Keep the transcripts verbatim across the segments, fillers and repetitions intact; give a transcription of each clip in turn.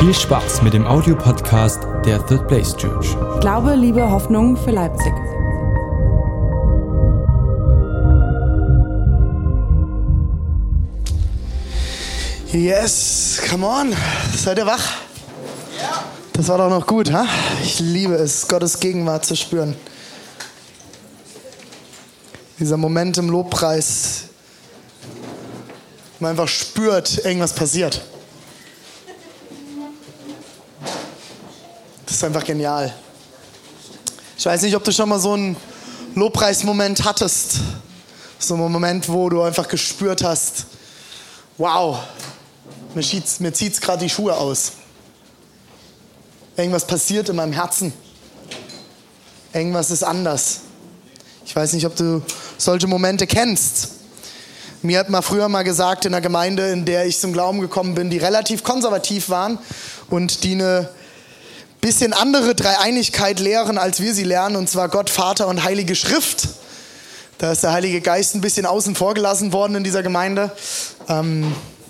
Viel Spaß mit dem Audiopodcast der Third Place Church. Glaube, Liebe, Hoffnung für Leipzig. Yes, come on. Seid ihr wach? Ja. Das war doch noch gut, ha? Ich liebe es, Gottes Gegenwart zu spüren. Dieser Moment im Lobpreis, man einfach spürt, irgendwas passiert. Das ist einfach genial. Ich weiß nicht, ob du schon mal so einen Lobpreismoment hattest. So einen Moment, wo du einfach gespürt hast, wow, mir zieht's, mir zieht's gerade die Schuhe aus. Irgendwas passiert in meinem Herzen. Irgendwas ist anders. Ich weiß nicht, ob du solche Momente kennst. Mir hat mal früher mal gesagt, in einer Gemeinde, in der ich zum Glauben gekommen bin, die relativ konservativ waren und die eine bisschen andere Dreieinigkeit lehren, als wir sie lernen, und zwar Gott, Vater und Heilige Schrift. Da ist der Heilige Geist ein bisschen außen vor gelassen worden in dieser Gemeinde. Ähm,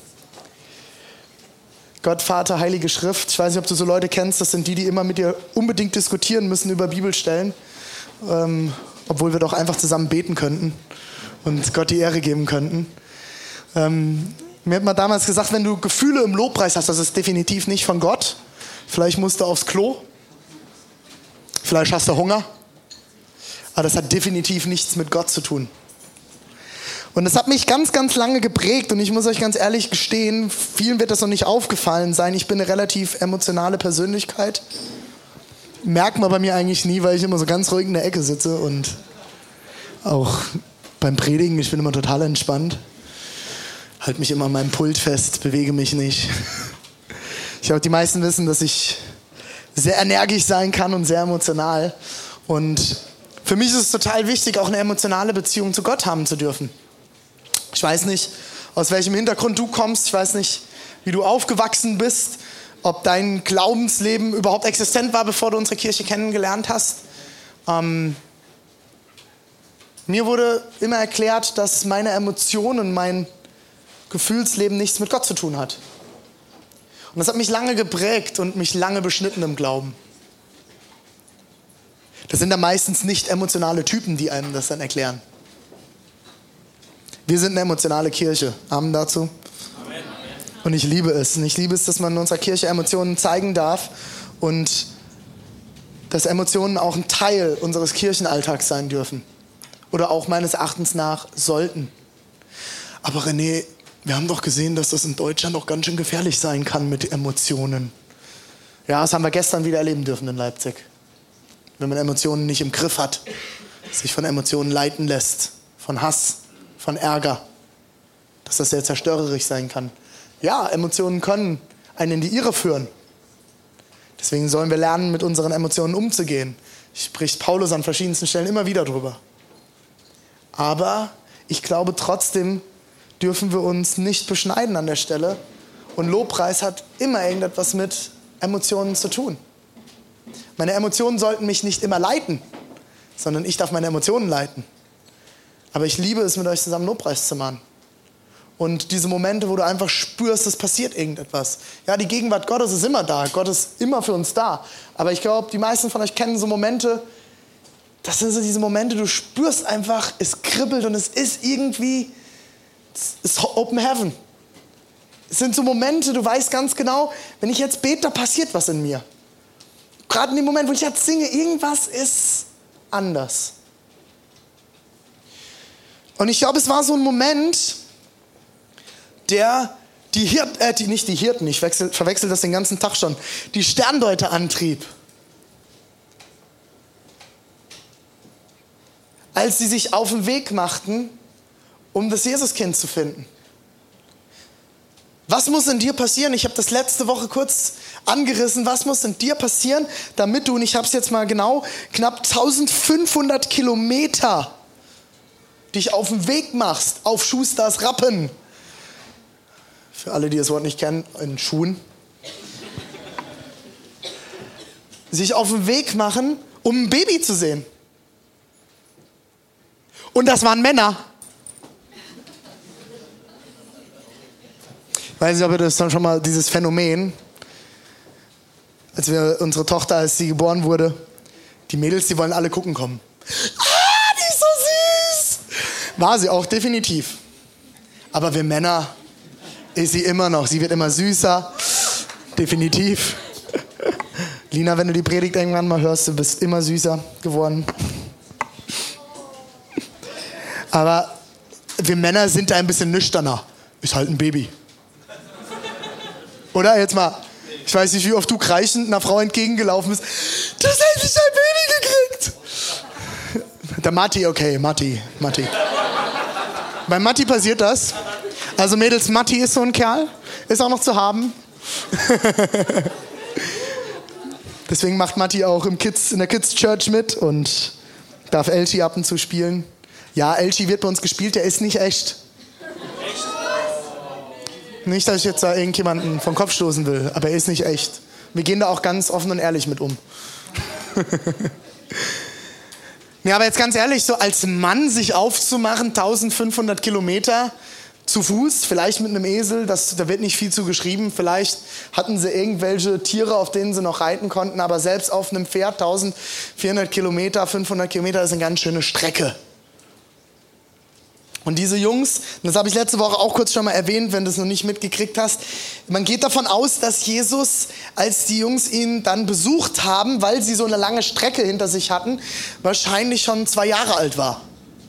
Gott, Vater, Heilige Schrift. Ich weiß nicht, ob du so Leute kennst, das sind die, die immer mit dir unbedingt diskutieren müssen über Bibelstellen, ähm, obwohl wir doch einfach zusammen beten könnten und Gott die Ehre geben könnten. Ähm, mir hat man damals gesagt, wenn du Gefühle im Lobpreis hast, das ist definitiv nicht von Gott. Vielleicht musst du aufs Klo, vielleicht hast du Hunger, aber das hat definitiv nichts mit Gott zu tun. Und das hat mich ganz, ganz lange geprägt und ich muss euch ganz ehrlich gestehen, vielen wird das noch nicht aufgefallen sein. Ich bin eine relativ emotionale Persönlichkeit. Merkt man bei mir eigentlich nie, weil ich immer so ganz ruhig in der Ecke sitze und auch beim Predigen, ich bin immer total entspannt. Halte mich immer an meinem Pult fest, bewege mich nicht. Ich glaube, die meisten wissen, dass ich sehr energisch sein kann und sehr emotional. Und für mich ist es total wichtig, auch eine emotionale Beziehung zu Gott haben zu dürfen. Ich weiß nicht, aus welchem Hintergrund du kommst. Ich weiß nicht, wie du aufgewachsen bist, ob dein Glaubensleben überhaupt existent war, bevor du unsere Kirche kennengelernt hast. Ähm, mir wurde immer erklärt, dass meine Emotionen, mein Gefühlsleben nichts mit Gott zu tun hat. Und das hat mich lange geprägt und mich lange beschnitten im Glauben. Das sind dann meistens nicht emotionale Typen, die einem das dann erklären. Wir sind eine emotionale Kirche. Amen dazu. Amen. Und ich liebe es. Und ich liebe es, dass man in unserer Kirche Emotionen zeigen darf und dass Emotionen auch ein Teil unseres Kirchenalltags sein dürfen. Oder auch meines Erachtens nach sollten. Aber René, wir haben doch gesehen, dass das in Deutschland auch ganz schön gefährlich sein kann mit Emotionen. Ja, das haben wir gestern wieder erleben dürfen in Leipzig. Wenn man Emotionen nicht im Griff hat, sich von Emotionen leiten lässt, von Hass, von Ärger, dass das sehr zerstörerisch sein kann. Ja, Emotionen können einen in die Irre führen. Deswegen sollen wir lernen, mit unseren Emotionen umzugehen. Spricht Paulus an verschiedensten Stellen immer wieder drüber. Aber ich glaube trotzdem, dürfen wir uns nicht beschneiden an der Stelle. Und Lobpreis hat immer irgendetwas mit Emotionen zu tun. Meine Emotionen sollten mich nicht immer leiten, sondern ich darf meine Emotionen leiten. Aber ich liebe es, mit euch zusammen Lobpreis zu machen. Und diese Momente, wo du einfach spürst, es passiert irgendetwas. Ja, die Gegenwart Gottes ist immer da. Gott ist immer für uns da. Aber ich glaube, die meisten von euch kennen so Momente, das sind so diese Momente, du spürst einfach, es kribbelt und es ist irgendwie... Es ist Open Heaven. Es sind so Momente, du weißt ganz genau, wenn ich jetzt bete, da passiert was in mir. Gerade in dem Moment, wo ich jetzt singe, irgendwas ist anders. Und ich glaube, es war so ein Moment, der die Hirten, äh, die, nicht die Hirten, ich wechsel, verwechsel das den ganzen Tag schon, die Sterndeuter antrieb. Als sie sich auf den Weg machten, um das Jesuskind zu finden. Was muss in dir passieren? Ich habe das letzte Woche kurz angerissen. Was muss in dir passieren, damit du, und ich habe es jetzt mal genau, knapp eintausendfünfhundert Kilometer dich auf den Weg machst, auf Schusters Rappen. Für alle, die das Wort nicht kennen, in Schuhen. Sich auf den Weg machen, um ein Baby zu sehen. Und das waren Männer. Weiß nicht, ob ihr das dann schon mal, dieses Phänomen, als wir unsere Tochter, als sie geboren wurde, die Mädels, die wollen alle gucken kommen. Ah, die ist so süß! War sie auch, definitiv. Aber wir Männer ist sie immer noch. Sie wird immer süßer. Definitiv. Lina, wenn du die Predigt irgendwann mal hörst, du bist immer süßer geworden. Aber wir Männer sind da ein bisschen nüchterner. Ist halt ein Baby. Oder? Jetzt mal. Ich weiß nicht, wie oft du kreischend einer Frau entgegengelaufen bist. Du hast endlich ein Baby gekriegt. Der Matti, okay, Matti, Matti. Bei Matti passiert das. Also Mädels, Matti ist so ein Kerl. Ist auch noch zu haben. Deswegen macht Matti auch im Kids, in der Kids Church mit und darf Elchi ab und zu spielen. Ja, Elchi wird bei uns gespielt, der ist nicht echt. Nicht, dass ich jetzt da irgendjemanden vom Kopf stoßen will, aber er ist nicht echt. Wir gehen da auch ganz offen und ehrlich mit um. Ja, aber jetzt ganz ehrlich, so als Mann sich aufzumachen, eintausendfünfhundert Kilometer zu Fuß, vielleicht mit einem Esel, das, da wird nicht viel zu geschrieben. Vielleicht hatten sie irgendwelche Tiere, auf denen sie noch reiten konnten, aber selbst auf einem Pferd eintausendvierhundert Kilometer, fünfhundert Kilometer ist eine ganz schöne Strecke. Und diese Jungs, das habe ich letzte Woche auch kurz schon mal erwähnt, wenn du es noch nicht mitgekriegt hast, man geht davon aus, dass Jesus, als die Jungs ihn dann besucht haben, weil sie so eine lange Strecke hinter sich hatten, wahrscheinlich schon zwei Jahre alt war.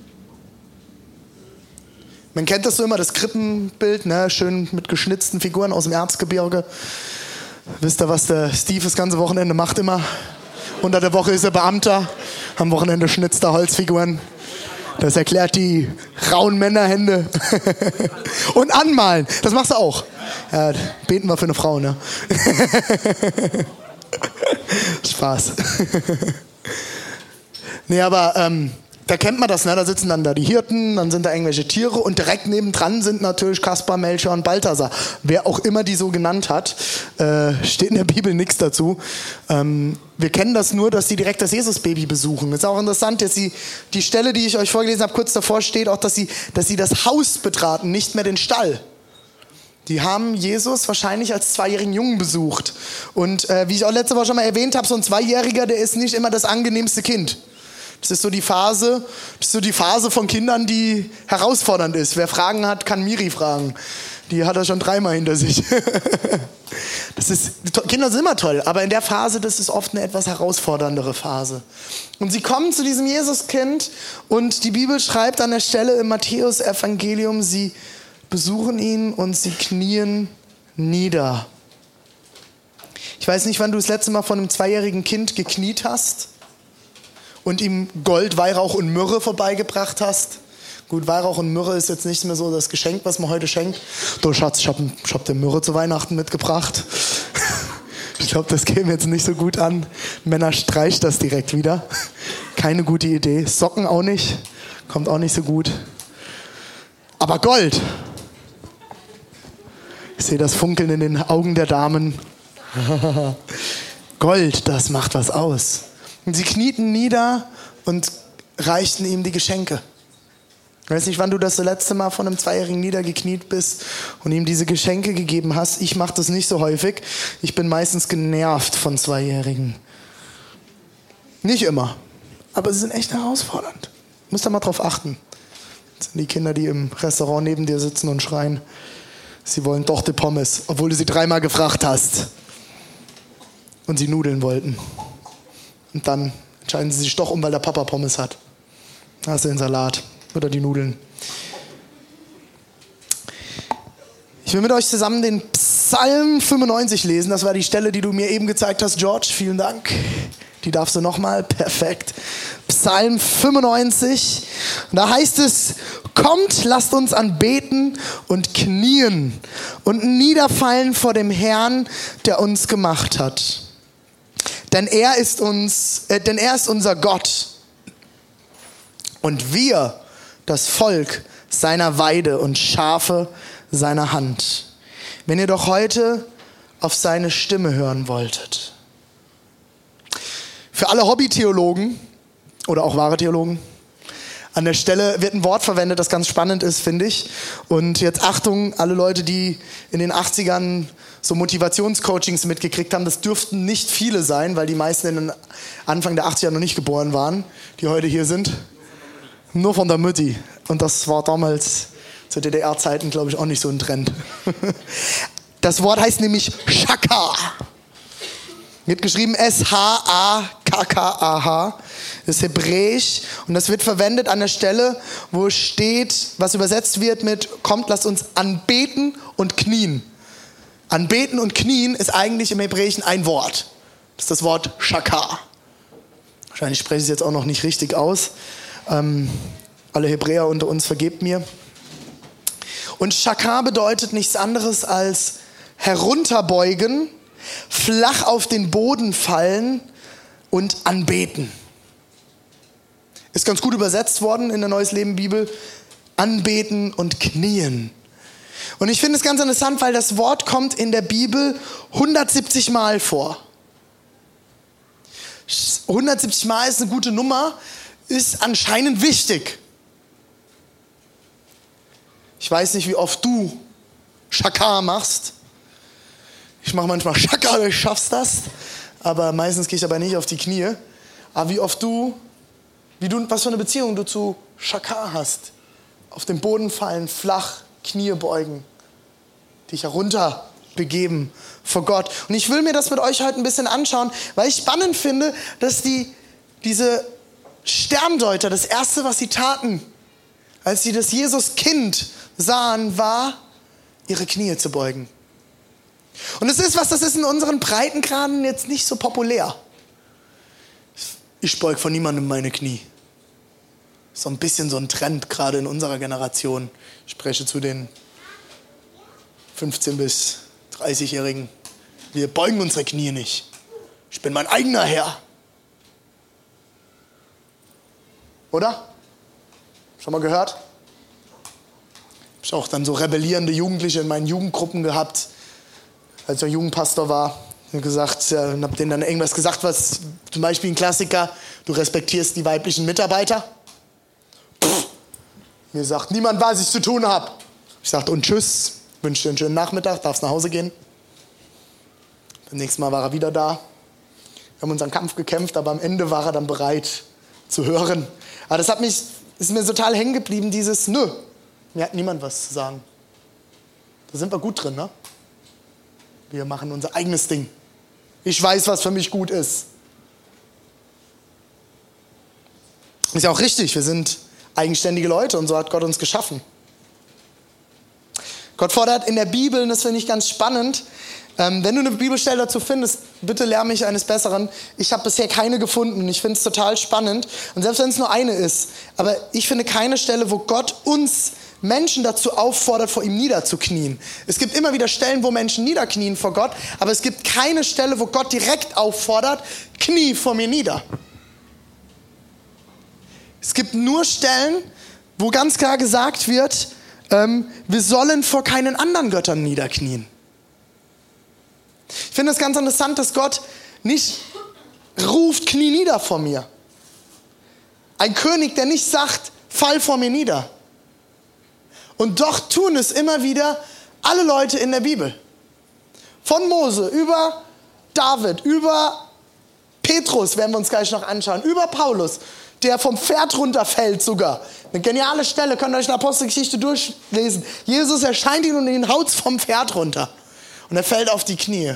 Man kennt das so immer, das Krippenbild, ne? Schön mit geschnitzten Figuren aus dem Erzgebirge. Wisst ihr, was der Steve das ganze Wochenende macht immer? Unter der Woche ist er Beamter, am Wochenende schnitzt er Holzfiguren. Das erklärt die rauen Männerhände. Und anmalen, das machst du auch. Ja, beten wir für eine Frau, ne? Spaß. Nee, aber ähm, da kennt man das, ne? Da sitzen dann da die Hirten, dann sind da irgendwelche Tiere und direkt nebendran sind natürlich Kaspar, Melchior und Balthasar. Wer auch immer die so genannt hat, äh, steht in der Bibel nichts dazu. Ähm, wir kennen das nur, dass die direkt das Jesus-Baby besuchen. Das ist auch interessant, dass sie, die Stelle, die ich euch vorgelesen habe, kurz davor steht auch, dass sie, dass sie das Haus betraten, nicht mehr den Stall. Die haben Jesus wahrscheinlich als zweijährigen Jungen besucht. Und äh, wie ich auch letzte Woche schon mal erwähnt habe, so ein Zweijähriger, der ist nicht immer das angenehmste Kind. Das ist so die Phase, das ist so die Phase von Kindern, die herausfordernd ist. Wer Fragen hat, kann Miri fragen. Die hat er schon dreimal hinter sich. Das ist, Kinder sind immer toll, aber in der Phase, das ist oft eine etwas herausforderndere Phase. Und sie kommen zu diesem Jesuskind und die Bibel schreibt an der Stelle im Matthäus-Evangelium, sie besuchen ihn und sie knien nieder. Ich weiß nicht, wann du das letzte Mal von einem zweijährigen Kind gekniet hast und ihm Gold, Weihrauch und Myrrhe vorbeigebracht hast. Gut, Weihrauch und Myrrhe ist jetzt nicht mehr so das Geschenk, was man heute schenkt. Du Schatz, ich habe ich hab dir Myrrhe zu Weihnachten mitgebracht. Ich glaube, das käme jetzt nicht so gut an. Männer streicht das direkt wieder. Keine gute Idee. Socken auch nicht. Kommt auch nicht so gut. Aber Gold. Ich sehe das Funkeln in den Augen der Damen. Gold, das macht was aus. Und sie knieten nieder und reichten ihm die Geschenke. Ich weiß nicht, wann du das, das letzte Mal von einem Zweijährigen niedergekniet bist und ihm diese Geschenke gegeben hast. Ich mache das nicht so häufig. Ich bin meistens genervt von Zweijährigen. Nicht immer, aber sie sind echt herausfordernd. Müsst ihr mal drauf achten. Das sind die Kinder, die im Restaurant neben dir sitzen und schreien, sie wollen doch die Pommes, obwohl du sie dreimal gefragt hast. Und sie Nudeln wollten. Und dann entscheiden sie sich doch um, weil der Papa Pommes hat. Da hast du den Salat oder die Nudeln. Ich will mit euch zusammen den Psalm fünfundneunzig lesen. Das war die Stelle, die du mir eben gezeigt hast, George. Vielen Dank. Die darfst du nochmal. Perfekt. Psalm fünfundneunzig. Und da heißt es, kommt, lasst uns anbeten und knien und niederfallen vor dem Herrn, der uns gemacht hat. Denn er ist uns, äh, denn er ist unser Gott. Und wir, das Volk seiner Weide und Schafe seiner Hand. Wenn ihr doch heute auf seine Stimme hören wolltet. Für alle Hobby-Theologen oder auch wahre Theologen, An der Stelle wird ein Wort verwendet, das ganz spannend ist, finde ich. Und jetzt Achtung, alle Leute, die in den achtzigern so Motivationscoachings mitgekriegt haben, das dürften nicht viele sein, weil die meisten in den Anfang der achtziger noch nicht geboren waren, die heute hier sind. Nur von der Mutti. Und das war damals zu D D R-Zeiten, glaube ich, auch nicht so ein Trend. Das Wort heißt nämlich Shaka. Wird geschrieben S H A K K A H. Das ist hebräisch und das wird verwendet an der Stelle, wo steht, was übersetzt wird mit, kommt, lasst uns anbeten und knien. Anbeten und knien ist eigentlich im Hebräischen ein Wort. Das ist das Wort Shaka. Wahrscheinlich spreche ich es jetzt auch noch nicht richtig aus. Ähm, alle Hebräer unter uns, vergebt mir. Und Shaka bedeutet nichts anderes als herunterbeugen, flach auf den Boden fallen und anbeten. Ist ganz gut übersetzt worden in der Neues Leben Bibel. Anbeten und knien. Und ich finde es ganz interessant, weil das Wort kommt in der Bibel hundertsiebzig Mal vor. hundertsiebzig Mal ist eine gute Nummer, ist anscheinend wichtig. Ich weiß nicht, wie oft du Shaka machst. Ich mache manchmal Shaka, du schaffst das. Aber meistens gehe ich aber nicht auf die Knie. Aber wie oft du, wie du, was für eine Beziehung du zu Shaka hast. Auf den Boden fallen, flach, Knie beugen. Dich herunter begeben vor Gott. Und ich will mir das mit euch heute ein bisschen anschauen, weil ich spannend finde, dass die, diese Sterndeuter, das Erste, was sie taten, als sie das Jesus-Kind sahen, war, ihre Knie zu beugen. Und es ist was, das ist in unseren Breitengraden jetzt nicht so populär. Ich beuge von niemandem meine Knie. So ein bisschen so ein Trend, gerade in unserer Generation. Ich spreche zu den fünfzehn- bis dreißigjährigen. Wir beugen unsere Knie nicht. Ich bin mein eigener Herr. Oder? Schon mal gehört? Ich habe auch dann so rebellierende Jugendliche in meinen Jugendgruppen gehabt, als ich Jugendpastor war. Und gesagt, ja, und habe denen dann irgendwas gesagt, was zum Beispiel ein Klassiker, du respektierst die weiblichen Mitarbeiter. Pff, mir sagt niemand, was ich zu tun habe. Ich sagte, und tschüss, wünsche dir einen schönen Nachmittag, darfst nach Hause gehen. Beim nächsten Mal war er wieder da. Wir haben unseren Kampf gekämpft, aber am Ende war er dann bereit zu hören. Aber das hat mich, ist mir total hängen geblieben, dieses Nö, mir hat niemand was zu sagen. Da sind wir gut drin, ne? Wir machen unser eigenes Ding. Ich weiß, was für mich gut ist. Ist ja auch richtig, wir sind eigenständige Leute und so hat Gott uns geschaffen. Gott fordert in der Bibel, und das finde ich ganz spannend, ähm, wenn du eine Bibelstelle dazu findest, bitte lehr mich eines Besseren. Ich habe bisher keine gefunden und ich finde es total spannend. Und selbst wenn es nur eine ist, aber ich finde keine Stelle, wo Gott uns Menschen dazu auffordert, vor ihm niederzuknien. Es gibt immer wieder Stellen, wo Menschen niederknien vor Gott, aber es gibt keine Stelle, wo Gott direkt auffordert, knie vor mir nieder. Es gibt nur Stellen, wo ganz klar gesagt wird, ähm, wir sollen vor keinen anderen Göttern niederknien. Ich finde es ganz interessant, dass Gott nicht ruft, knie nieder vor mir. Ein König, der nicht sagt, fall vor mir nieder. Und doch tun es immer wieder alle Leute in der Bibel. Von Mose über David, über Petrus, werden wir uns gleich noch anschauen, über Paulus, der vom Pferd runterfällt sogar. Eine geniale Stelle, könnt ihr euch in der Apostelgeschichte durchlesen. Jesus erscheint ihm und ihn haut vom Pferd runter. Und er fällt auf die Knie.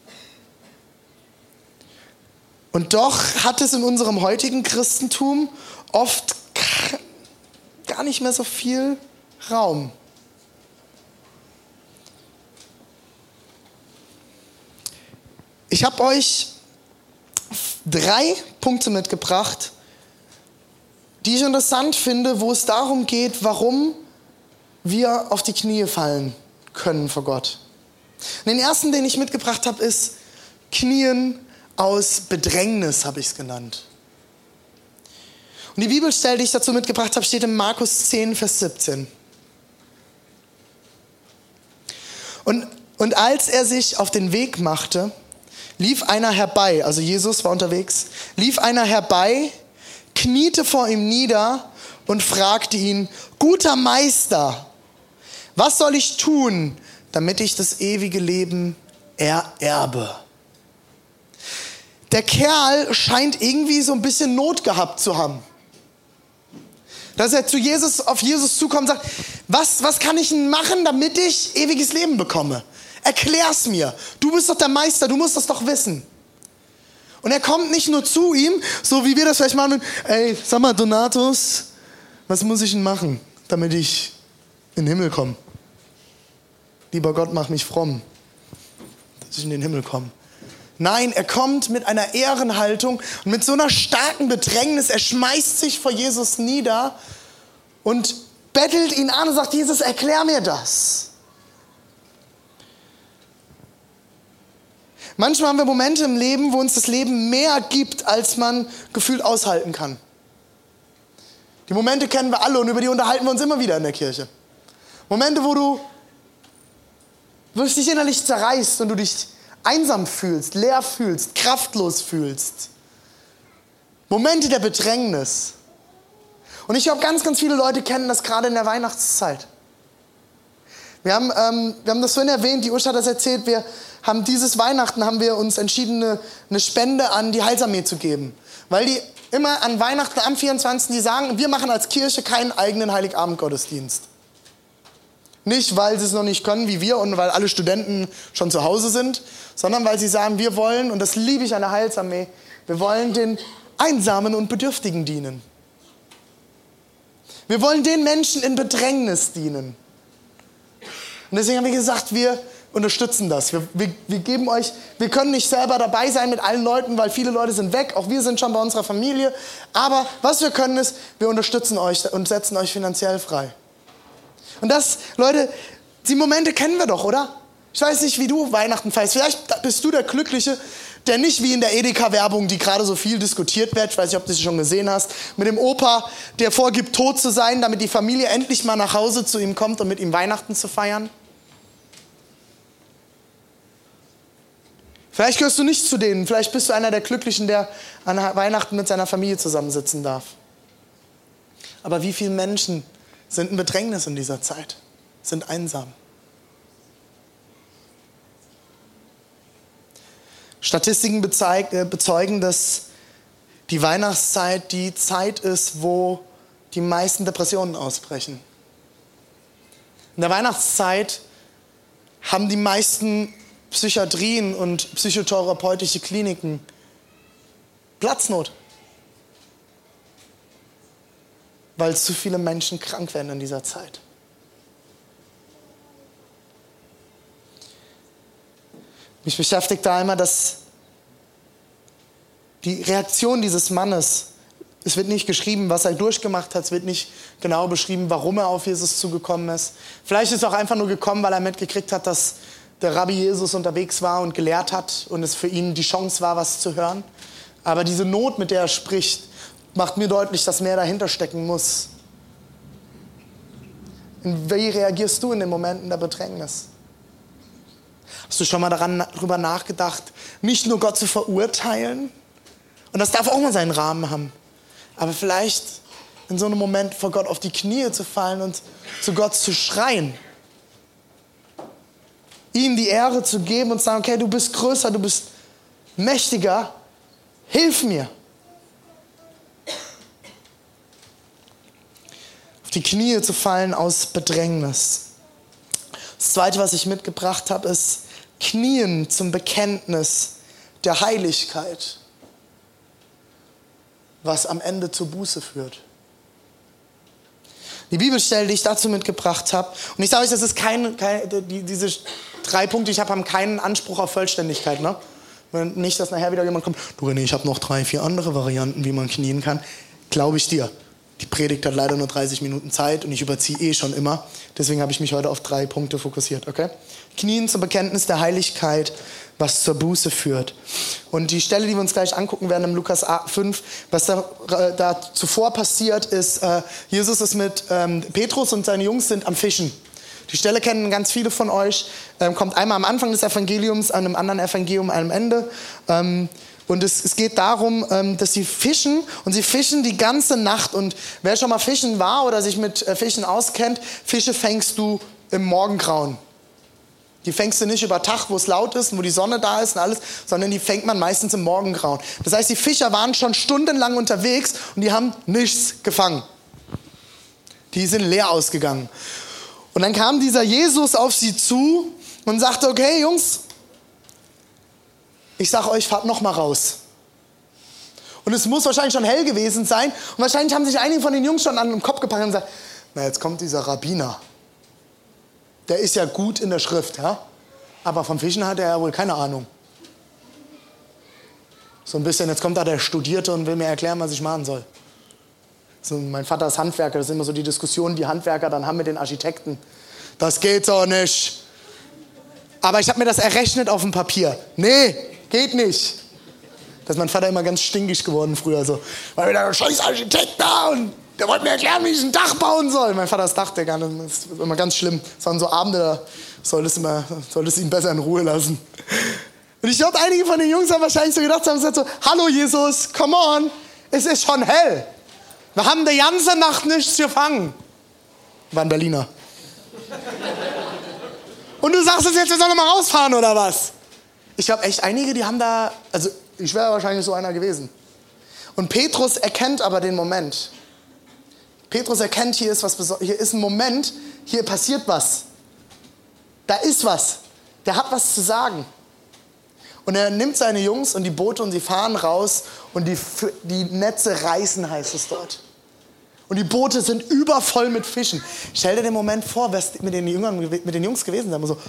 Und doch hat es in unserem heutigen Christentum oft gar nicht mehr so viel Raum. Ich habe euch drei Punkte mitgebracht, die ich interessant finde, wo es darum geht, warum wir auf die Knie fallen können vor Gott. Und den ersten, den ich mitgebracht habe, ist Knien aus Bedrängnis, habe ich es genannt. Und die Bibelstelle, die ich dazu mitgebracht habe, steht in Markus zehn, Vers siebzehn. Und, und als er sich auf den Weg machte, lief einer herbei, also Jesus war unterwegs, lief einer herbei, kniete vor ihm nieder und fragte ihn, guter Meister, was soll ich tun, damit ich das ewige Leben ererbe? Der Kerl scheint irgendwie so ein bisschen Not gehabt zu haben. Dass er zu Jesus, auf Jesus zukommt und sagt, was, was kann ich denn machen, damit ich ewiges Leben bekomme? Erklär's mir. Du bist doch der Meister, du musst das doch wissen. Und er kommt nicht nur zu ihm, so wie wir das vielleicht machen, ey, sag mal Donatus, was muss ich denn machen, damit ich in den Himmel komme? Lieber Gott, mach mich fromm, dass ich in den Himmel komme. Nein, er kommt mit einer Ehrenhaltung und mit so einer starken Bedrängnis. Er schmeißt sich vor Jesus nieder und bettelt ihn an und sagt, Jesus, erklär mir das. Manchmal haben wir Momente im Leben, wo uns das Leben mehr gibt, als man gefühlt aushalten kann. Die Momente kennen wir alle und über die unterhalten wir uns immer wieder in der Kirche. Momente, wo du wo es dich innerlich zerreißt und du dich einsam fühlst, leer fühlst, kraftlos fühlst. Momente der Bedrängnis. Und ich glaube, ganz, ganz viele Leute kennen das gerade in der Weihnachtszeit. Wir haben, ähm, wir haben das vorhin erwähnt, die Uschi hat das erzählt, wir haben dieses Weihnachten haben wir uns entschieden, eine, eine Spende an die Heilsarmee zu geben. Weil die immer an Weihnachten am vierundzwanzigsten die sagen, wir machen als Kirche keinen eigenen Heiligabend-Gottesdienst. Nicht, weil sie es noch nicht können wie wir und weil alle Studenten schon zu Hause sind, sondern weil sie sagen, wir wollen, und das liebe ich an der Heilsarmee, wir wollen den Einsamen und Bedürftigen dienen. Wir wollen den Menschen in Bedrängnis dienen. Und deswegen haben wir gesagt, wir unterstützen das. Wir, wir, wir geben euch, wir können nicht selber dabei sein mit allen Leuten, weil viele Leute sind weg. Auch wir sind schon bei unserer Familie. Aber was wir können ist, wir unterstützen euch und setzen euch finanziell frei. Und das, Leute, die Momente kennen wir doch, oder? Ich weiß nicht, wie du Weihnachten feierst. Vielleicht bist du der Glückliche, der nicht wie in der Edeka-Werbung, die gerade so viel diskutiert wird, ich weiß nicht, ob du sie schon gesehen hast, mit dem Opa, der vorgibt, tot zu sein, damit die Familie endlich mal nach Hause zu ihm kommt, um mit ihm Weihnachten zu feiern. Vielleicht gehörst du nicht zu denen. Vielleicht bist du einer der Glücklichen, der an Weihnachten mit seiner Familie zusammensitzen darf. Aber wie viele Menschen sind in Bedrängnis in dieser Zeit, sind einsam? Statistiken bezeugen, dass die Weihnachtszeit die Zeit ist, wo die meisten Depressionen ausbrechen. In der Weihnachtszeit haben die meisten Psychiatrien und psychotherapeutische Kliniken Platznot, weil zu viele Menschen krank werden in dieser Zeit. Mich beschäftigt da immer, dass die Reaktion dieses Mannes, es wird nicht geschrieben, was er durchgemacht hat, es wird nicht genau beschrieben, warum er auf Jesus zugekommen ist. Vielleicht ist er auch einfach nur gekommen, weil er mitgekriegt hat, dass der Rabbi Jesus unterwegs war und gelehrt hat und es für ihn die Chance war, was zu hören. Aber diese Not, mit der er spricht, macht mir deutlich, dass mehr dahinter stecken muss. Und wie reagierst du in den Momenten der Bedrängnis? Hast du schon mal daran, darüber nachgedacht, nicht nur Gott zu verurteilen? Und das darf auch mal seinen Rahmen haben. Aber vielleicht in so einem Moment vor Gott auf die Knie zu fallen und zu Gott zu schreien. Ihm die Ehre zu geben und zu sagen, okay, du bist größer, du bist mächtiger, hilf mir. Auf die Knie zu fallen aus Bedrängnis. Das Zweite, was ich mitgebracht habe, ist Knien zum Bekenntnis der Heiligkeit, was am Ende zur Buße führt. Die Bibelstelle, die ich dazu mitgebracht habe, und ich sage euch, das ist kein, kein die, diese drei Punkte, die ich habe, haben keinen Anspruch auf Vollständigkeit. Ne? Nicht, dass nachher wieder jemand kommt, du René, ich habe noch drei, vier andere Varianten, wie man knien kann. Glaube ich dir. Die Predigt hat leider nur dreißig Minuten Zeit und ich überziehe eh schon immer. Deswegen habe ich mich heute auf drei Punkte fokussiert. Okay? Knien zum Bekenntnis der Heiligkeit, was zur Buße führt. Und die Stelle, die wir uns gleich angucken werden im Lukas fünf, was da, äh, da zuvor passiert ist, äh, Jesus ist mit ähm, Petrus und seine Jungs sind am Fischen. Die Stelle kennen ganz viele von euch, ähm, kommt einmal am Anfang des Evangeliums, an einem anderen Evangelium am Ende. Ähm, Und es, es geht darum, ähm, dass sie fischen und sie fischen die ganze Nacht. Und wer schon mal fischen war oder sich mit äh, Fischen auskennt, Fische fängst du im Morgengrauen. Die fängst du nicht über Tag, wo es laut ist und wo die Sonne da ist und alles, sondern die fängt man meistens im Morgengrauen. Das heißt, die Fischer waren schon stundenlang unterwegs und die haben nichts gefangen. Die sind leer ausgegangen. Und dann kam dieser Jesus auf sie zu und sagte, okay, Jungs, ich sag euch, fahrt noch mal raus. Und es muss wahrscheinlich schon hell gewesen sein. Und wahrscheinlich haben sich einige von den Jungs schon an den Kopf gepackt und gesagt, na, jetzt kommt dieser Rabbiner. Der ist ja gut in der Schrift, ja? Aber vom Fischen hat er ja wohl keine Ahnung. So ein bisschen, jetzt kommt da der Studierte und will mir erklären, was ich machen soll. So, mein Vater ist Handwerker, das sind immer so die Diskussionen, die Handwerker dann haben mit den Architekten. Das geht doch nicht. Aber ich habe mir das errechnet auf dem Papier. Nee, geht nicht. Da ist mein Vater immer ganz stinkig geworden früher. So. Weil wieder ein scheiß Architekt da und der wollte mir erklären, wie ich ein Dach bauen soll. Mein Vater ist Dachdecker, das ist immer ganz schlimm. Das waren so Abende, da solltest du solltest ihn besser in Ruhe lassen. Und ich glaube, einige von den Jungs haben wahrscheinlich so gedacht, haben gesagt so, hallo Jesus, come on, es ist schon hell. Wir haben die ganze Nacht nichts gefangen. War ein Berliner. Und du sagst uns jetzt, wir sollen mal rausfahren, oder was? Ich glaube echt, einige, die haben da, also ich wäre wahrscheinlich so einer gewesen. Und Petrus erkennt aber den Moment. Petrus erkennt, hier ist was Besonderes. Hier ist ein Moment, hier passiert was. Da ist was. Der hat was zu sagen. Und er nimmt seine Jungs und die Boote und sie fahren raus und die, die Netze reißen, heißt es dort. Und die Boote sind übervoll mit Fischen. Stell dir den Moment vor, was mit den Jüngern, mit den Jungs gewesen sein. So,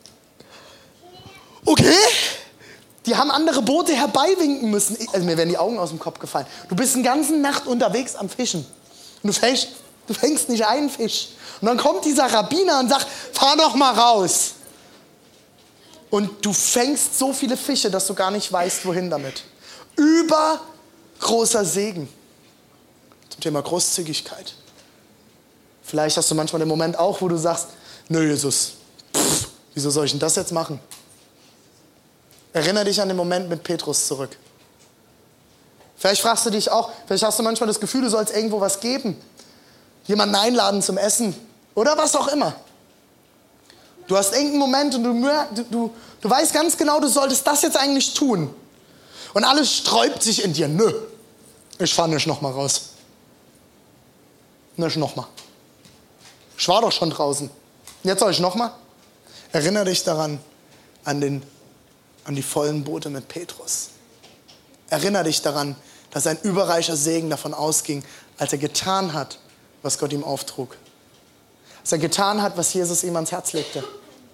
okay, die haben andere Boote herbeiwinken müssen. Also mir wären die Augen aus dem Kopf gefallen. Du bist eine ganze Nacht unterwegs am Fischen. Und du fängst, du fängst nicht einen Fisch. Und dann kommt dieser Rabbiner und sagt, fahr doch mal raus. Und du fängst so viele Fische, dass du gar nicht weißt, wohin damit. Übergroßer Segen. Zum Thema Großzügigkeit. Vielleicht hast du manchmal den Moment auch, wo du sagst, nö Jesus, pff, wieso soll ich denn das jetzt machen? Erinnere dich an den Moment mit Petrus zurück. Vielleicht fragst du dich auch, vielleicht hast du manchmal das Gefühl, du sollst irgendwo was geben. Jemanden einladen zum Essen oder was auch immer. Du hast irgendeinen Moment und du, du, du weißt ganz genau, du solltest das jetzt eigentlich tun. Und alles sträubt sich in dir. Nö, ich fahre nicht nochmal raus. Nicht nochmal. Ich war doch schon draußen. Jetzt soll ich nochmal? Erinnere dich daran, an, den, an die vollen Boote mit Petrus. Erinnere dich daran, dass ein überreicher Segen davon ausging, als er getan hat, was Gott ihm auftrug. Als er getan hat, was Jesus ihm ans Herz legte.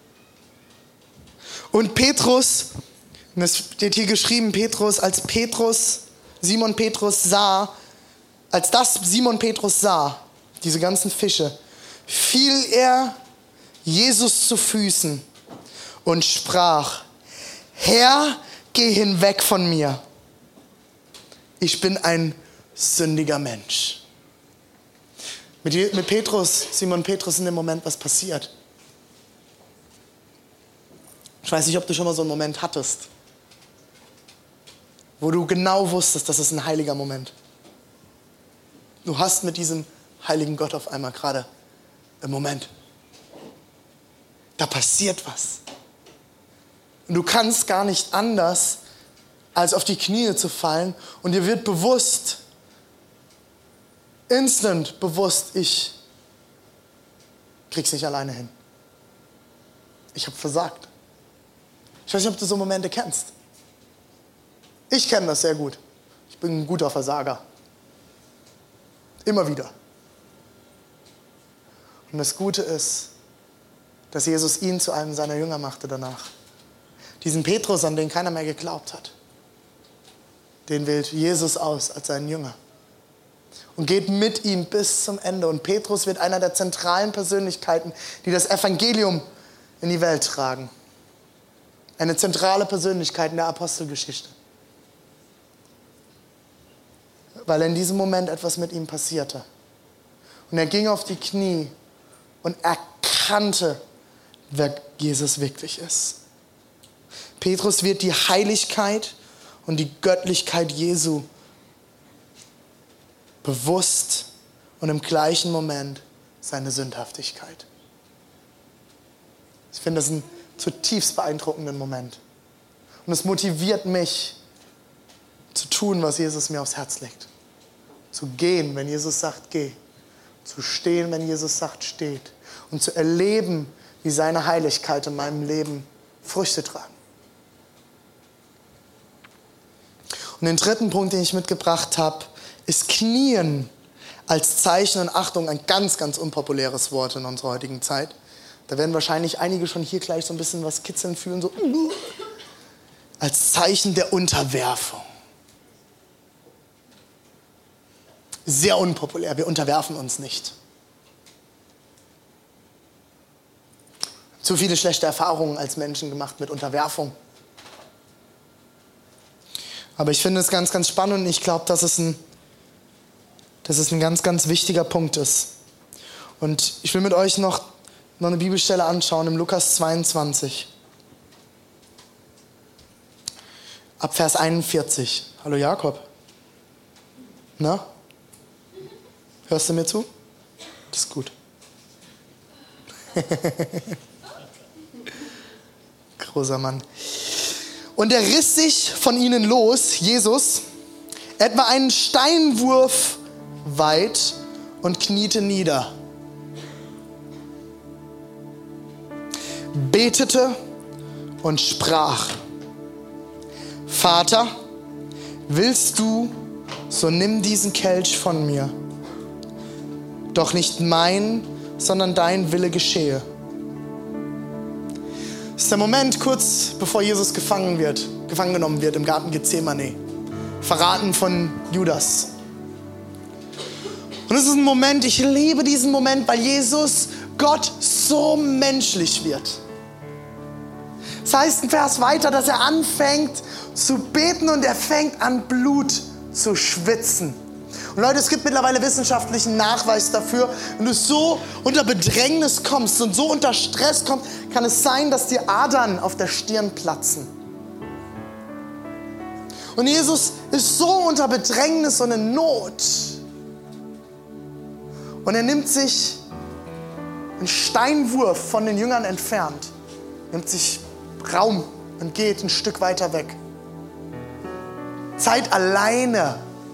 Und Petrus, und es steht hier geschrieben, Petrus, als Petrus, Simon Petrus sah, als das Simon Petrus sah, diese ganzen Fische, fiel er Jesus zu Füßen und sprach, Herr, geh hinweg von mir. Ich bin ein sündiger Mensch. Mit, mit Petrus, Simon Petrus in dem Moment was passiert. Ich weiß nicht, ob du schon mal so einen Moment hattest, wo du genau wusstest, das ist ein heiliger Moment. Du hast mit diesem heiligen Gott auf einmal gerade einen Moment. Da passiert was. Und du kannst gar nicht anders, als auf die Knie zu fallen. Und dir wird bewusst, instant bewusst, ich krieg's nicht alleine hin. Ich habe versagt. Ich weiß nicht, ob du so Momente kennst. Ich kenne das sehr gut. Ich bin ein guter Versager. Immer wieder. Und das Gute ist, dass Jesus ihn zu einem seiner Jünger machte danach. Diesen Petrus, an den keiner mehr geglaubt hat, den wählt Jesus aus als seinen Jünger. Und geht mit ihm bis zum Ende. Und Petrus wird einer der zentralen Persönlichkeiten, die das Evangelium in die Welt tragen. Eine zentrale Persönlichkeit in der Apostelgeschichte. Weil in diesem Moment etwas mit ihm passierte. Und er ging auf die Knie und erkannte, wer Jesus wirklich ist. Petrus wird die Heiligkeit und die Göttlichkeit Jesu bewusst und im gleichen Moment seine Sündhaftigkeit. Ich finde das einen zutiefst beeindruckenden Moment. Und es motiviert mich, zu tun, was Jesus mir aufs Herz legt. Zu gehen, wenn Jesus sagt, geh. Zu stehen, wenn Jesus sagt, steht. Und zu erleben, wie seine Heiligkeit in meinem Leben Früchte tragen. Und den dritten Punkt, den ich mitgebracht habe, ist Knien als Zeichen und Achtung, ein ganz, ganz unpopuläres Wort in unserer heutigen Zeit. Da werden wahrscheinlich einige schon hier gleich so ein bisschen was kitzeln fühlen, so als Zeichen der Unterwerfung. Sehr unpopulär, wir unterwerfen uns nicht. Zu viele schlechte Erfahrungen als Menschen gemacht mit Unterwerfung. Aber ich finde es ganz, ganz spannend und ich glaube, dass es ein, dass es ein ganz, ganz wichtiger Punkt ist. Und ich will mit euch noch, noch eine Bibelstelle anschauen im Lukas zweiundzwanzig. Ab Vers einundvierzig. Hallo Jakob. Na? Hörst du mir zu? Das ist gut. Großer Mann. Und er riss sich von ihnen los, Jesus, etwa einen Steinwurf weit und kniete nieder. Betete und sprach: Vater, willst du, so nimm diesen Kelch von mir. Doch nicht mein, sondern dein Wille geschehe. Das ist der Moment kurz bevor Jesus gefangen wird, gefangen genommen wird im Garten Gethsemane. Verraten von Judas. Und es ist ein Moment, ich liebe diesen Moment, weil Jesus, Gott, so menschlich wird. Das heißt ein Vers weiter, dass er anfängt zu beten und er fängt an, Blut zu schwitzen. Und Leute, es gibt mittlerweile wissenschaftlichen Nachweis dafür, wenn du so unter Bedrängnis kommst und so unter Stress kommst, kann es sein, dass dir Adern auf der Stirn platzen. Und Jesus ist so unter Bedrängnis und in Not. Und er nimmt sich einen Steinwurf von den Jüngern entfernt, nimmt sich Raum und geht ein Stück weiter weg. Zeit alleine.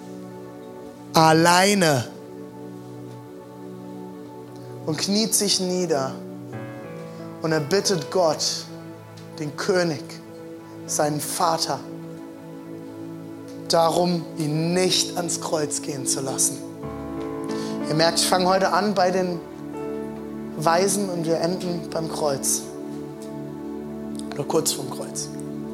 Alleine. Und kniet sich nieder. Und er bittet Gott, den König, seinen Vater, darum, ihn nicht ans Kreuz gehen zu lassen. Ihr merkt, ich fange heute an bei den Weisen und wir enden beim Kreuz. Oder kurz vorm Kreuz.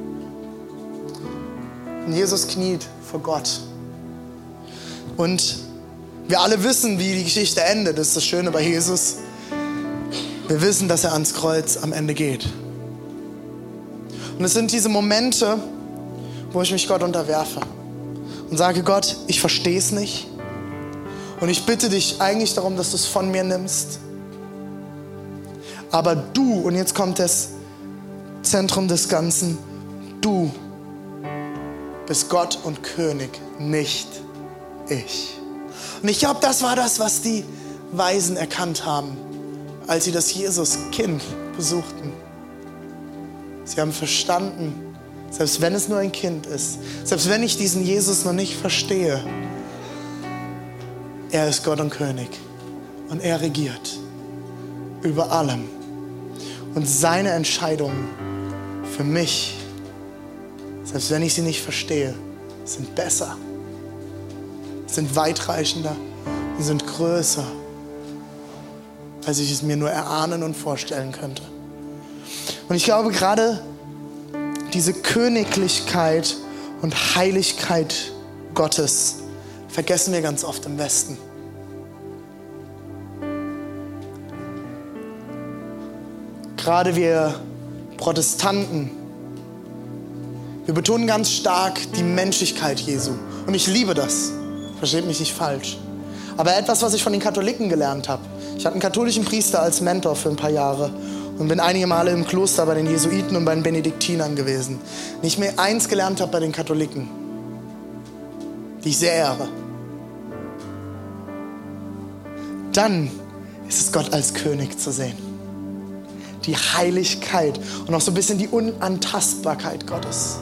Und Jesus kniet vor Gott. Und wir alle wissen, wie die Geschichte endet. Das ist das Schöne bei Jesus. Wir wissen, dass er ans Kreuz am Ende geht. Und es sind diese Momente, wo ich mich Gott unterwerfe und sage: Gott, ich verstehe es nicht. Und ich bitte dich eigentlich darum, dass du es von mir nimmst. Aber du, und jetzt kommt das Zentrum des Ganzen, du bist Gott und König, nicht ich. Und ich glaube, das war das, was die Weisen erkannt haben, als sie das Jesuskind besuchten. Sie haben verstanden, selbst wenn es nur ein Kind ist, selbst wenn ich diesen Jesus noch nicht verstehe, er ist Gott und König und er regiert über allem. Und seine Entscheidungen für mich, selbst wenn ich sie nicht verstehe, sind besser, sind weitreichender und sind größer, als ich es mir nur erahnen und vorstellen könnte. Und ich glaube, gerade diese Königlichkeit und Heiligkeit Gottes vergessen wir ganz oft im Westen. Gerade wir Protestanten, wir betonen ganz stark die Menschlichkeit Jesu. Und ich liebe das. Versteht mich nicht falsch. Aber etwas, was ich von den Katholiken gelernt habe. Ich hatte einen katholischen Priester als Mentor für ein paar Jahre. und bin einige Male im Kloster bei den Jesuiten und bei den Benediktinern gewesen. Nicht mehr eins gelernt habe bei den Katholiken, die ich sehr ehre. Dann ist es Gott als König zu sehen. Die Heiligkeit und auch so ein bisschen die Unantastbarkeit Gottes.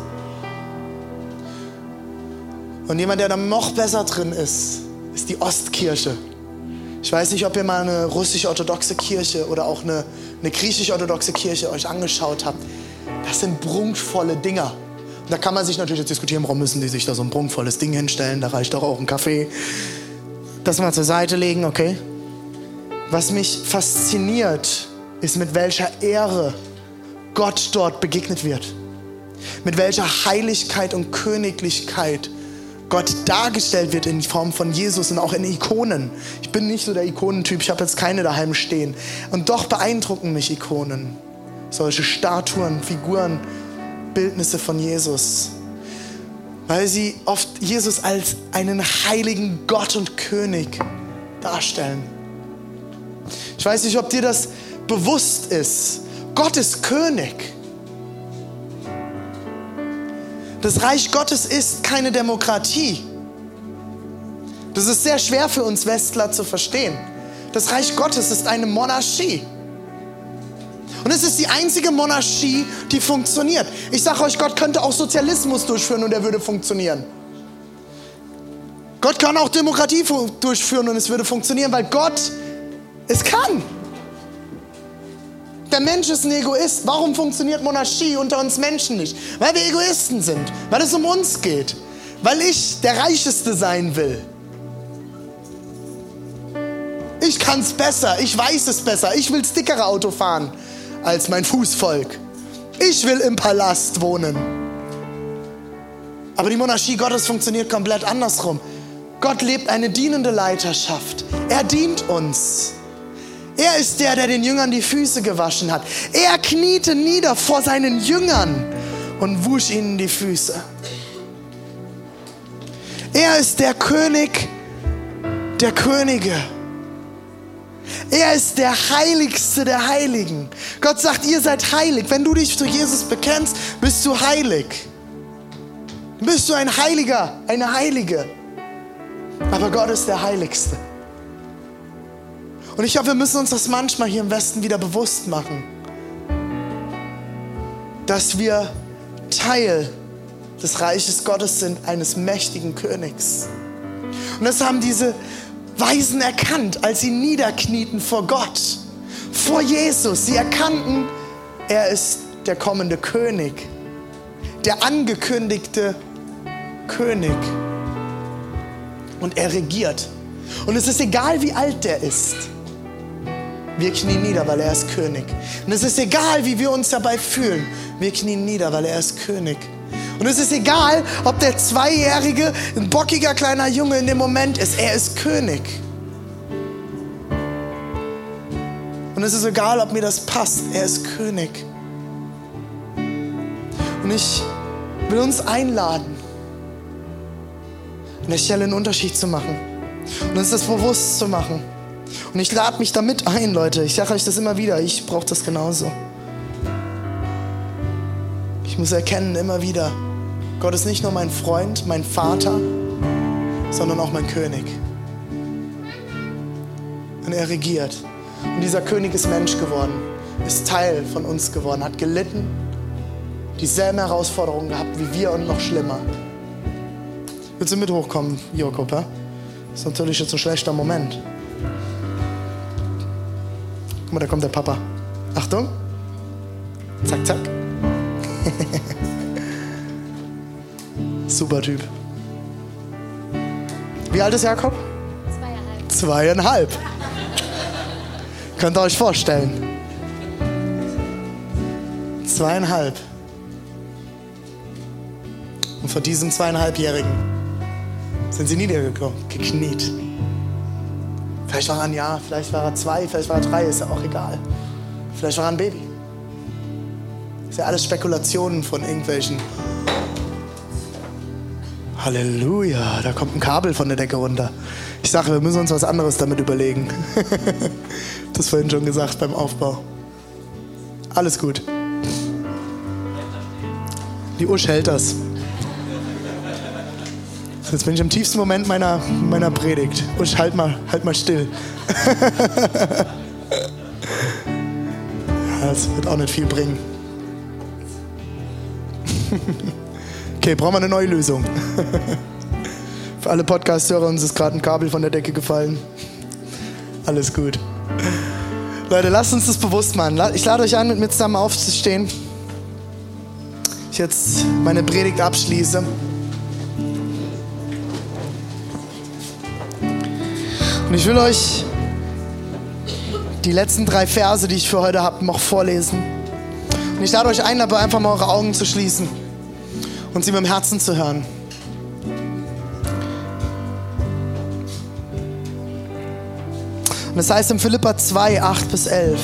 Und jemand, der da noch besser drin ist, ist die Ostkirche. Ich weiß nicht, ob ihr mal eine russisch-orthodoxe Kirche oder auch eine, eine griechisch-orthodoxe Kirche euch angeschaut habt. Das sind prunkvolle Dinger. Und da kann man sich natürlich jetzt diskutieren, warum müssen die sich da so ein prunkvolles Ding hinstellen? Da reicht doch auch ein Kaffee. Das mal zur Seite legen, okay? Was mich fasziniert, ist, mit welcher Ehre Gott dort begegnet wird. Mit welcher Heiligkeit und Königlichkeit Gott dargestellt wird in Form von Jesus und auch in Ikonen. Ich bin nicht so der Ikonentyp, ich habe jetzt keine daheim stehen. Und doch beeindrucken mich Ikonen. Solche Statuen, Figuren, Bildnisse von Jesus. Weil sie oft Jesus als einen heiligen Gott und König darstellen. Ich weiß nicht, ob dir das bewusst ist. Gott ist König. Das Reich Gottes ist keine Demokratie. Das ist sehr schwer für uns Westler zu verstehen. Das Reich Gottes ist eine Monarchie. Und es ist die einzige Monarchie, die funktioniert. Ich sage euch, Gott könnte auch Sozialismus durchführen und er würde funktionieren. Gott kann auch Demokratie durchführen und es würde funktionieren, weil Gott es kann. Der Mensch ist ein Egoist. Warum funktioniert Monarchie unter uns Menschen nicht? Weil wir Egoisten sind. Weil es um uns geht. Weil ich der Reicheste sein will. Ich kann es besser. Ich weiß es besser. Ich will das dickere Auto fahren als mein Fußvolk. Ich will im Palast wohnen. Aber die Monarchie Gottes funktioniert komplett andersrum. Gott lebt eine dienende Leiterschaft. Er dient uns. Er ist der, der den Jüngern die Füße gewaschen hat. Er kniete nieder vor seinen Jüngern und wusch ihnen die Füße. Er ist der König der Könige. Er ist der Heiligste der Heiligen. Gott sagt, ihr seid heilig. Wenn du dich zu Jesus bekennst, bist du heilig. Bist du ein Heiliger, eine Heilige. Aber Gott ist der Heiligste. Und ich glaube, wir müssen uns das manchmal hier im Westen wieder bewusst machen, dass wir Teil des Reiches Gottes sind, eines mächtigen Königs. Und das haben diese Weisen erkannt, als sie niederknieten vor Gott, vor Jesus. Sie erkannten, er ist der kommende König, der angekündigte König. Und er regiert. Und es ist egal, wie alt der ist. Wir knien nieder, weil er ist König. Und es ist egal, wie wir uns dabei fühlen. Wir knien nieder, weil er ist König. Und es ist egal, ob der Zweijährige ein bockiger kleiner Junge in dem Moment ist. Er ist König. Und es ist egal, ob mir das passt. Er ist König. Und ich will uns einladen, an der Stelle einen Unterschied zu machen. Und uns das bewusst zu machen. Und ich lade mich damit ein, Leute. Ich sage euch das immer wieder. Ich brauche das genauso. Ich muss erkennen immer wieder, Gott ist nicht nur mein Freund, mein Vater, sondern auch mein König. Und er regiert. Und dieser König ist Mensch geworden, ist Teil von uns geworden, hat gelitten, dieselben Herausforderungen gehabt wie wir und noch schlimmer. Willst du mit hochkommen, Jakob? Ja? Das ist natürlich jetzt ein schlechter Moment. Guck mal, da kommt der Papa. Achtung. Zack, zack. Super Typ. Wie alt ist Jakob? Zweieinhalb. Zweieinhalb. Könnt ihr euch vorstellen. Zweieinhalb. Und vor diesem zweieinhalbjährigen sind sie niedergekniet. Vielleicht war er ein Jahr, vielleicht war er zwei, vielleicht war er drei, ist ja auch egal. Vielleicht war er ein Baby. Das ist ja alles Spekulationen von irgendwelchen. Halleluja, da kommt ein Kabel von der Decke runter. Ich sage, wir müssen uns was anderes damit überlegen. Das vorhin schon gesagt beim Aufbau. Alles gut. Die Usch hält das. Jetzt bin ich im tiefsten Moment meiner, meiner Predigt. Usch, halt mal, halt mal still. Das wird auch nicht viel bringen. Okay, brauchen wir eine neue Lösung. Für alle Podcast-Hörer, uns ist gerade ein Kabel von der Decke gefallen. Alles gut. Leute, lasst uns das bewusst machen. Ich lade euch ein, mit mir zusammen aufzustehen. Ich jetzt meine Predigt abschließe. Und ich will euch die letzten drei Verse, die ich für heute habe, noch vorlesen. Und ich lade euch ein, dabei einfach mal eure Augen zu schließen und sie mit dem Herzen zu hören. Und das heißt in Philipper zwei, acht bis elf.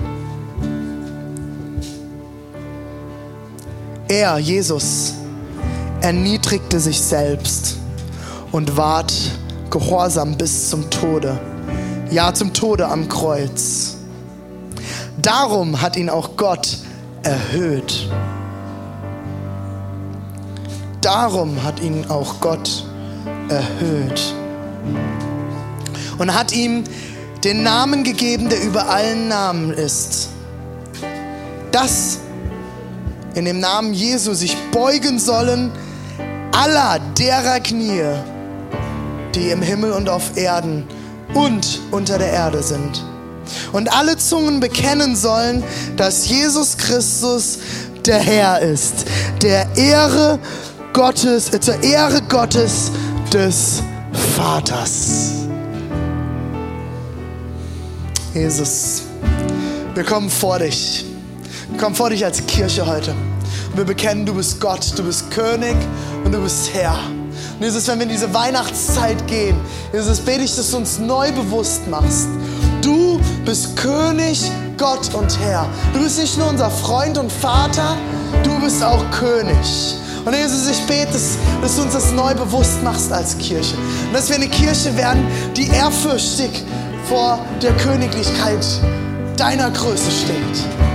Er, Jesus, erniedrigte sich selbst und ward gehorsam bis zum Tode. Ja, zum Tode am Kreuz. Darum hat ihn auch Gott erhöht. Darum hat ihn auch Gott erhöht. Und hat ihm den Namen gegeben, der über allen Namen ist. Dass in dem Namen Jesu sich beugen sollen aller derer Knie, die im Himmel und auf Erden und unter der Erde sind. Und alle Zungen bekennen sollen, dass Jesus Christus der Herr ist, der Ehre Gottes, äh, zur Ehre Gottes des Vaters. Jesus, wir kommen vor dich. Wir kommen vor dich als Kirche heute. Und wir bekennen, du bist Gott, du bist König und du bist Herr. Und Jesus, wenn wir in diese Weihnachtszeit gehen, Jesus, bete ich, dass du uns neu bewusst machst. Du bist König, Gott und Herr. Du bist nicht nur unser Freund und Vater, du bist auch König. Und Jesus, ich bete, dass, dass du uns das neu bewusst machst als Kirche. Und dass wir eine Kirche werden, die ehrfürchtig vor der Königlichkeit deiner Größe steht.